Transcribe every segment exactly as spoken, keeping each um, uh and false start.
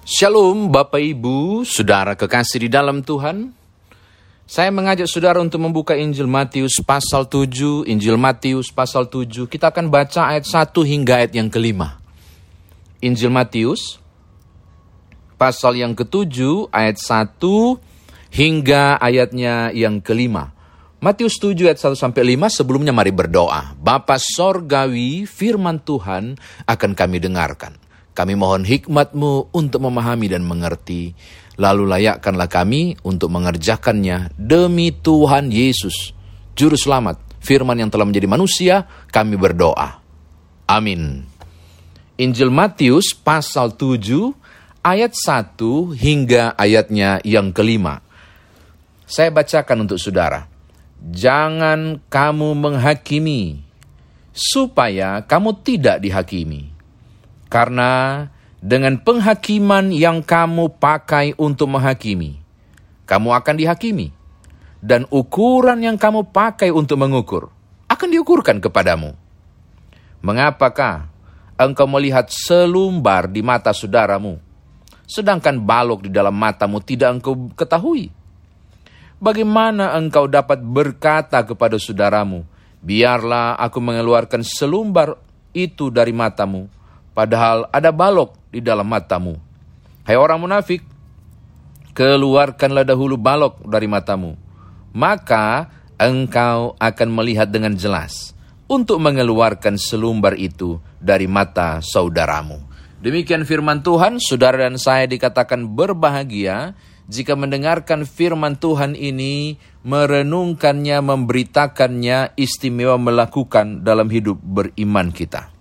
Shalom Bapak Ibu, Saudara kekasih di dalam Tuhan. Saya mengajak saudara untuk membuka Injil Matius pasal tujuh, Injil Matius pasal tujuh. Kita akan baca ayat satu hingga ayat yang kelima. Injil Matius pasal yang ketujuh, ayat satu hingga ayatnya yang kelima. Matius tujuh ayat satu sampai lima. Sebelumnya mari berdoa. Bapa Sorgawi, firman Tuhan akan kami dengarkan. Kami mohon hikmat-Mu untuk memahami dan mengerti. Lalu layakkanlah kami untuk mengerjakannya demi Tuhan Yesus, Juru Selamat, firman yang telah menjadi manusia, kami berdoa. Amin. Injil Matius pasal tujuh, ayat satu hingga ayatnya yang kelima. Saya bacakan untuk saudara. Jangan kamu menghakimi, supaya kamu tidak dihakimi. Karena dengan penghakiman yang kamu pakai untuk menghakimi, kamu akan dihakimi. Dan ukuran yang kamu pakai untuk mengukur, akan diukurkan kepadamu. Mengapakah engkau melihat selumbar di mata saudaramu, sedangkan balok di dalam matamu tidak engkau ketahui? Bagaimana engkau dapat berkata kepada saudaramu, biarlah aku mengeluarkan selumbar itu dari matamu, padahal ada balok di dalam matamu. Hai orang munafik, keluarkanlah dahulu balok dari matamu, maka engkau akan melihat dengan jelas untuk mengeluarkan selumbar itu dari mata saudaramu. Demikian firman Tuhan. Saudara dan saya dikatakan berbahagia jika mendengarkan firman Tuhan ini, merenungkannya, memberitakannya, istimewa melakukan dalam hidup beriman kita.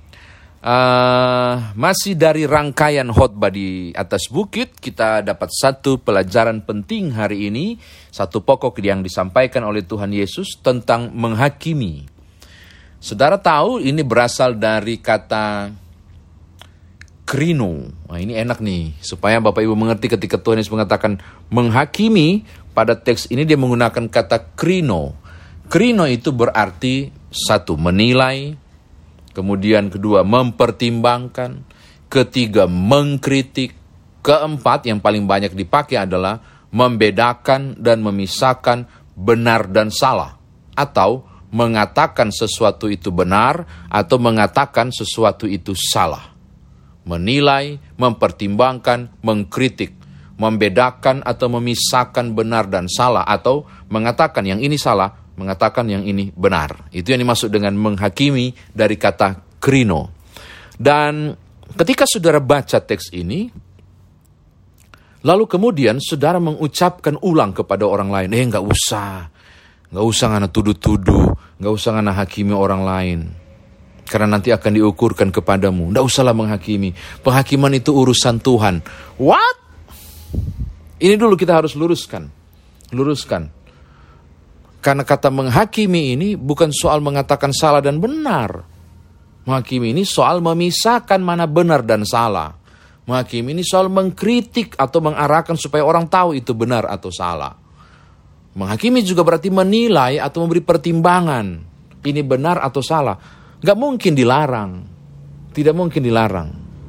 Uh, masih dari rangkaian khotbah di atas bukit, kita dapat satu pelajaran penting hari ini, satu pokok yang disampaikan oleh Tuhan Yesus tentang menghakimi. Saudara tahu ini berasal dari kata krino. Nah, ini enak nih, supaya Bapak Ibu mengerti ketika Tuhan Yesus mengatakan menghakimi, pada teks ini dia menggunakan kata krino. Krino itu berarti satu, menilai. Kemudian kedua, mempertimbangkan. Ketiga, mengkritik. Keempat, yang paling banyak dipakai adalah membedakan dan memisahkan benar dan salah. Atau mengatakan sesuatu itu benar atau mengatakan sesuatu itu salah. Menilai, mempertimbangkan, mengkritik. Membedakan atau memisahkan benar dan salah. Atau mengatakan yang ini salah, mengatakan yang ini benar. Itu yang dimaksud dengan menghakimi dari kata krino. Dan ketika saudara baca teks ini, lalu kemudian saudara mengucapkan ulang kepada orang lain, eh gak usah, gak usah ngana tuduh-tuduh, gak usah ngana hakimi orang lain, karena nanti akan diukurkan kepadamu. Gak usahlah menghakimi, penghakiman itu urusan Tuhan. What? Ini dulu kita harus luruskan, luruskan. Karena kata menghakimi ini bukan soal mengatakan salah dan benar. Menghakimi ini soal memisahkan mana benar dan salah. Menghakimi ini soal mengkritik atau mengarahkan supaya orang tahu itu benar atau salah. Menghakimi juga berarti menilai atau memberi pertimbangan. Ini benar atau salah. Gak mungkin dilarang. Tidak mungkin dilarang.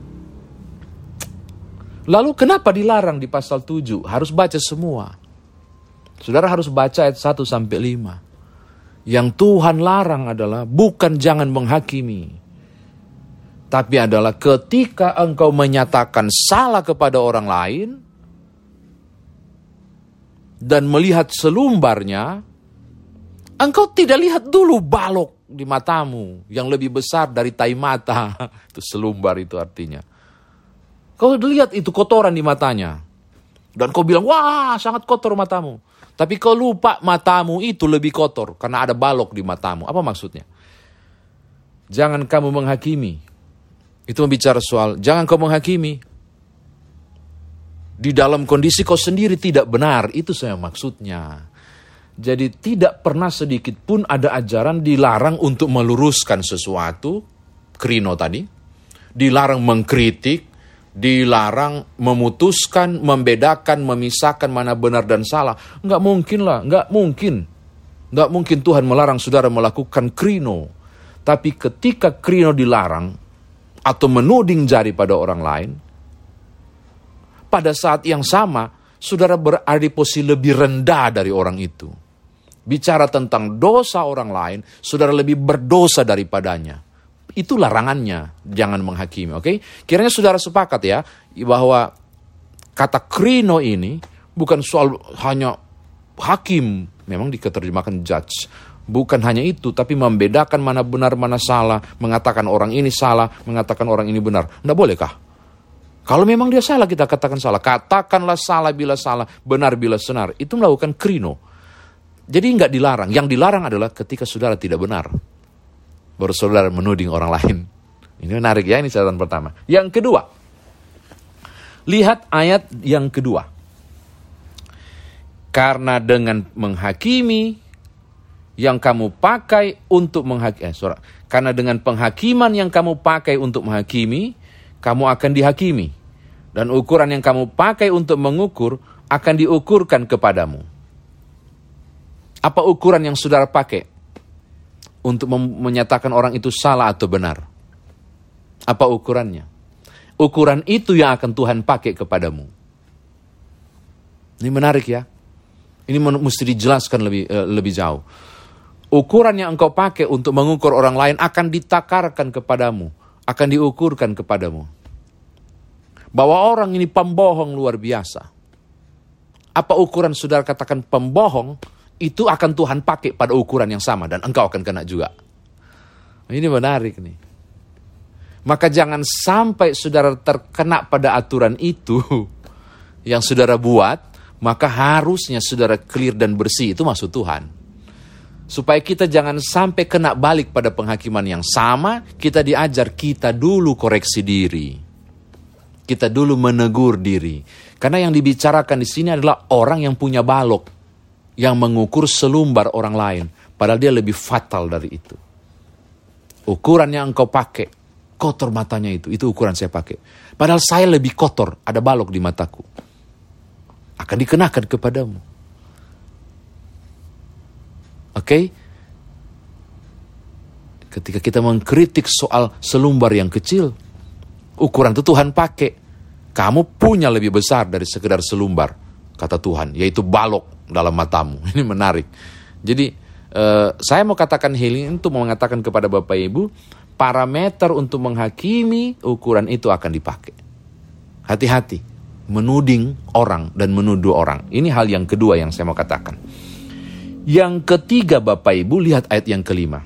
Lalu kenapa dilarang di pasal tujuh? Harus baca semua. Saudara harus baca ayat satu sampai lima. Yang Tuhan larang adalah bukan jangan menghakimi, tapi adalah ketika engkau menyatakan salah kepada orang lain dan melihat selumbarnya, engkau tidak lihat dulu balok di matamu yang lebih besar dari tai mata. Itu selumbar itu artinya. Kau lihat itu kotoran di matanya. Dan kau bilang, wah sangat kotor matamu. Tapi kau lupa matamu itu lebih kotor karena ada balok di matamu. Apa maksudnya? Jangan kamu menghakimi. Itu membicara soal jangan kau menghakimi di dalam kondisi kau sendiri tidak benar. Itu saya maksudnya. Jadi tidak pernah sedikit pun ada ajaran dilarang untuk meluruskan sesuatu. Krino tadi. Dilarang mengkritik. Dilarang memutuskan, membedakan, memisahkan mana benar dan salah. Enggak mungkin lah, enggak mungkin. Enggak mungkin Tuhan melarang saudara melakukan krino. Tapi ketika krino dilarang atau menuding jari pada orang lain, pada saat yang sama, saudara berada di posisi lebih rendah dari orang itu. Bicara tentang dosa orang lain, saudara lebih berdosa daripadanya. Itu larangannya, jangan menghakimi, oke? Okay? Kiranya saudara sepakat ya, bahwa kata krino ini bukan soal hanya hakim, memang diterjemahkan judge. Bukan hanya itu, tapi membedakan mana benar, mana salah. Mengatakan orang ini salah, mengatakan orang ini benar. Tidak bolehkah? Kalau memang dia salah, kita katakan salah. Katakanlah salah bila salah, benar bila benar. Itu melakukan krino. Jadi nggak dilarang. Yang dilarang adalah ketika saudara tidak benar. Baru saudara menuding orang lain. Ini menarik ya, ini catatan pertama. Yang kedua, lihat ayat yang kedua. Karena dengan menghakimi yang kamu pakai untuk menghakimi, eh, sorry. Karena dengan penghakiman yang kamu pakai untuk menghakimi, kamu akan dihakimi. Dan ukuran yang kamu pakai untuk mengukur akan diukurkan kepadamu. Apa ukuran yang saudara pakai untuk mem- menyatakan orang itu salah atau benar? Apa ukurannya? Ukuran itu yang akan Tuhan pakai kepadamu. Ini menarik ya. Ini mesti dijelaskan lebih uh, lebih jauh. Ukuran yang engkau pakai untuk mengukur orang lain akan ditakarkan kepadamu, akan diukurkan kepadamu. Bahwa orang ini pembohong luar biasa. Apa ukuran saudara katakan pembohong, itu akan Tuhan pakai pada ukuran yang sama dan engkau akan kena juga. Ini menarik nih. Maka jangan sampai saudara terkena pada aturan itu yang saudara buat, maka harusnya saudara clear dan bersih, itu maksud Tuhan. Supaya kita jangan sampai kena balik pada penghakiman yang sama, kita diajar kita dulu koreksi diri. Kita dulu menegur diri. Karena yang dibicarakan di sini adalah orang yang punya balok, yang mengukur selumbar orang lain, padahal dia lebih fatal dari itu. Ukuran yang engkau pakai, kotor matanya itu, itu ukuran saya pakai. Padahal saya lebih kotor, ada balok di mataku. Akan dikenakan kepadamu. Oke? Okay? Ketika kita mengkritik soal selumbar yang kecil, ukuran itu Tuhan pakai. Kamu punya lebih besar dari sekedar selumbar, kata Tuhan, yaitu balok dalam matamu. Ini menarik. Jadi, uh, saya mau katakan healing untuk mengatakan kepada Bapak Ibu, parameter untuk menghakimi ukuran itu akan dipakai. Hati-hati, menuding orang dan menuduh orang. Ini hal yang kedua yang saya mau katakan. Yang ketiga Bapak Ibu, lihat ayat yang kelima.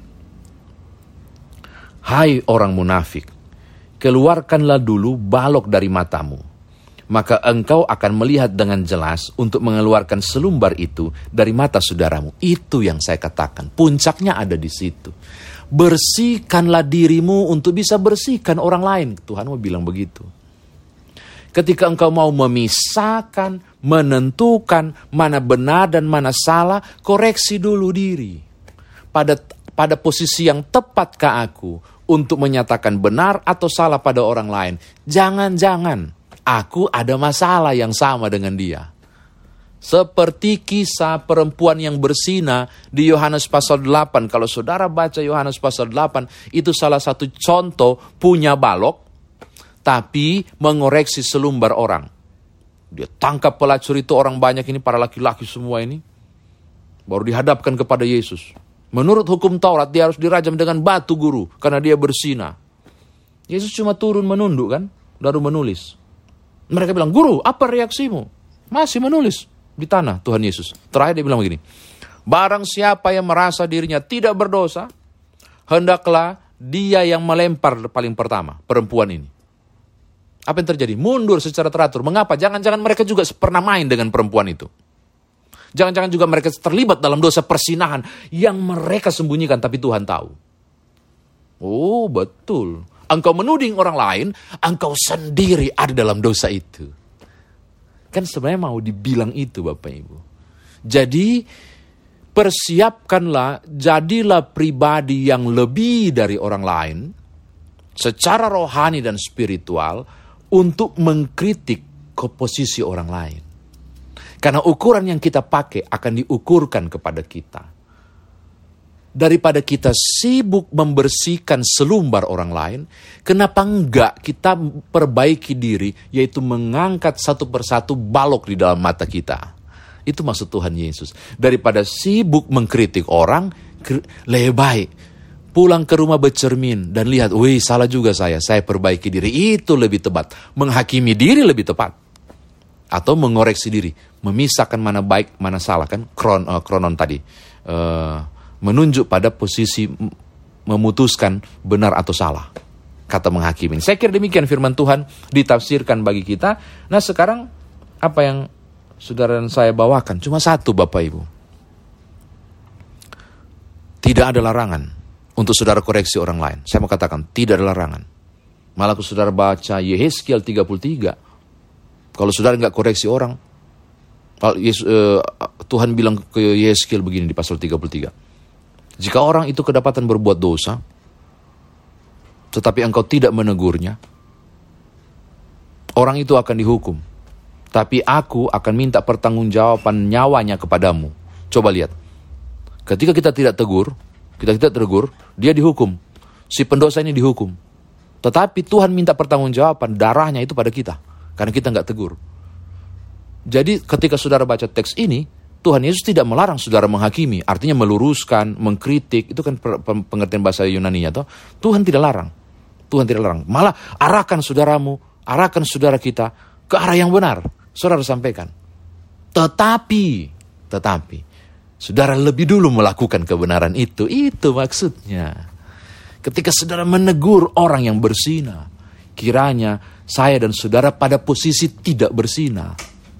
Hai orang munafik, keluarkanlah dulu balok dari matamu, maka engkau akan melihat dengan jelas untuk mengeluarkan selumbar itu dari mata saudaramu. Itu yang saya katakan, puncaknya ada di situ. Bersihkanlah dirimu untuk bisa bersihkan orang lain. Tuhan mau bilang begitu. Ketika engkau mau memisahkan, menentukan mana benar dan mana salah, koreksi dulu diri. Pada pada posisi yang tepatkah aku untuk menyatakan benar atau salah pada orang lain? Jangan-jangan aku ada masalah yang sama dengan dia. Seperti kisah perempuan yang berzina di Yohanes pasal delapan. Kalau saudara baca Yohanes pasal delapan, itu salah satu contoh punya balok, tapi mengoreksi selumbar orang. Dia tangkap pelacur itu, orang banyak ini, para laki-laki semua ini. Baru dihadapkan kepada Yesus. Menurut hukum Taurat, dia harus dirajam dengan batu guru, karena dia berzina. Yesus cuma turun menunduk kan, lalu menulis. Mereka bilang, guru, apa reaksimu? Masih menulis di tanah Tuhan Yesus. Terakhir dia bilang begini, barang siapa yang merasa dirinya tidak berdosa, hendaklah dia yang melempar paling pertama, perempuan ini. Apa yang terjadi? Mundur secara teratur. Mengapa? Jangan-jangan mereka juga pernah main dengan perempuan itu. Jangan-jangan juga mereka terlibat dalam dosa persinahan yang mereka sembunyikan tapi Tuhan tahu. Oh, betul. Engkau menuding orang lain, engkau sendiri ada dalam dosa itu. Kan sebenarnya mau dibilang itu Bapak Ibu. Jadi persiapkanlah, jadilah pribadi yang lebih dari orang lain secara rohani dan spiritual untuk mengkritik ke posisi orang lain. Karena ukuran yang kita pakai akan diukurkan kepada kita. Daripada kita sibuk membersihkan selumbar orang lain, kenapa enggak kita perbaiki diri, yaitu mengangkat satu persatu balok di dalam mata kita. Itu maksud Tuhan Yesus. Daripada sibuk mengkritik orang, lebih baik pulang ke rumah bercermin dan lihat, wih salah juga saya, saya perbaiki diri. Itu lebih tepat. Menghakimi diri lebih tepat. Atau mengoreksi diri, memisahkan mana baik, mana salah. Kan Kron, uh, kronon tadi. Uh, menunjuk pada posisi memutuskan benar atau salah. Kata menghakimi. Saya kira demikian firman Tuhan ditafsirkan bagi kita. Nah sekarang apa yang saudara dan saya bawakan? Cuma satu Bapak Ibu. Tidak ada larangan untuk saudara koreksi orang lain. Saya mau katakan tidak ada larangan. Malah kalau saudara baca Yehezkiel tiga puluh tiga. Kalau saudara nggak koreksi orang. Tuhan bilang ke Yehezkiel begini di pasal tiga puluh tiga. Jika orang itu kedapatan berbuat dosa, tetapi engkau tidak menegurnya, orang itu akan dihukum. Tapi aku akan minta pertanggungjawaban nyawanya kepadamu. Coba lihat. Ketika kita tidak tegur, kita tidak tegur, dia dihukum. Si pendosa ini dihukum. Tetapi Tuhan minta pertanggungjawaban darahnya itu pada kita. Karena kita nggak tegur. Jadi ketika saudara baca teks ini, Tuhan Yesus tidak melarang saudara menghakimi, artinya meluruskan, mengkritik, itu kan pengertian bahasa Yunani-nya toh. Tuhan tidak larang. Tuhan tidak larang. Malah arahkan saudaramu, arahkan saudara kita ke arah yang benar. Saudara sampaikan. Tetapi, tetapi, saudara lebih dulu melakukan kebenaran itu. Itu maksudnya. Ketika saudara menegur orang yang berzina, kiranya saya dan saudara pada posisi tidak berzina.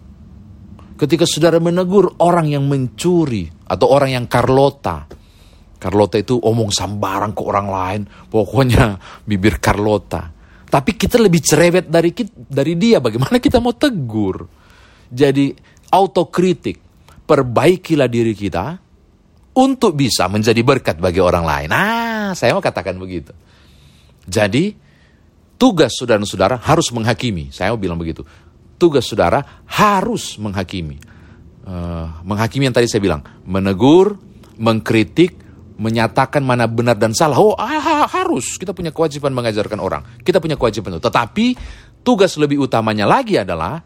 Ketika saudara menegur orang yang mencuri atau orang yang Carlota. Carlota itu omong sambarang ke orang lain. Pokoknya bibir Carlota. Tapi kita lebih cerewet dari dari dia. Bagaimana kita mau tegur? Jadi autokritik. Perbaikilah diri kita untuk bisa menjadi berkat bagi orang lain. Nah, saya mau katakan begitu. Jadi tugas saudara-saudara harus menghakimi. Saya mau bilang begitu. Tugas saudara harus menghakimi. Uh, menghakimi yang tadi saya bilang. Menegur, mengkritik, menyatakan mana benar dan salah. Oh ah, harus. Kita punya kewajiban mengajarkan orang. Kita punya kewajiban itu. Tetapi tugas lebih utamanya lagi adalah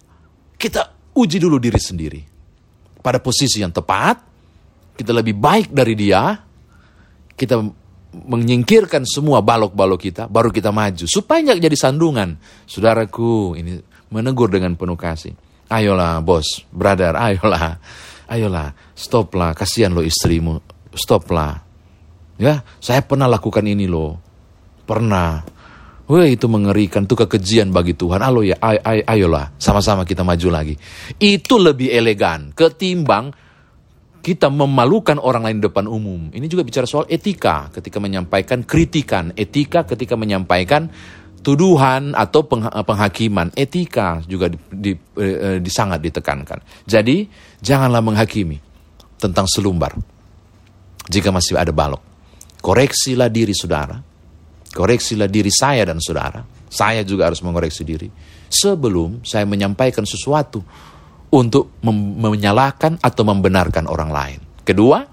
kita uji dulu diri sendiri. Pada posisi yang tepat. Kita lebih baik dari dia. Kita menyingkirkan semua balok-balok kita. Baru kita maju. Supaya nggak jadi sandungan. Saudaraku, ini menegur dengan penuh kasih. Ayolah bos, brother, ayolah. Ayolah, stoplah, kasihan lo istrimu. Stoplah. Ya, saya pernah lakukan ini loh. Pernah. Wah, itu mengerikan, itu kekejian bagi Tuhan. Alo ya, ay, ay, ayolah, sama-sama kita maju lagi. Itu lebih elegan ketimbang kita memalukan orang lain depan umum. Ini juga bicara soal etika ketika menyampaikan kritikan. Etika ketika menyampaikan tuduhan atau penghakiman. Etika juga di, di, di, di sangat ditekankan. Jadi janganlah menghakimi tentang selumbar jika masih ada balok. Koreksilah diri saudara. Koreksilah diri saya dan saudara. Saya juga harus mengoreksi diri sebelum saya menyampaikan sesuatu untuk mem- menyalahkan atau membenarkan orang lain. Kedua,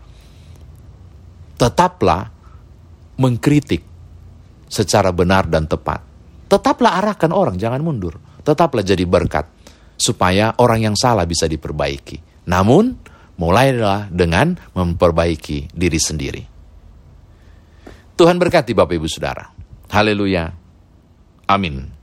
tetaplah mengkritik secara benar dan tepat. Tetaplah arahkan orang, jangan mundur. Tetaplah jadi berkat, supaya orang yang salah bisa diperbaiki. Namun, mulailah dengan memperbaiki diri sendiri. Tuhan berkati Bapak Ibu Saudara. Haleluya. Amin.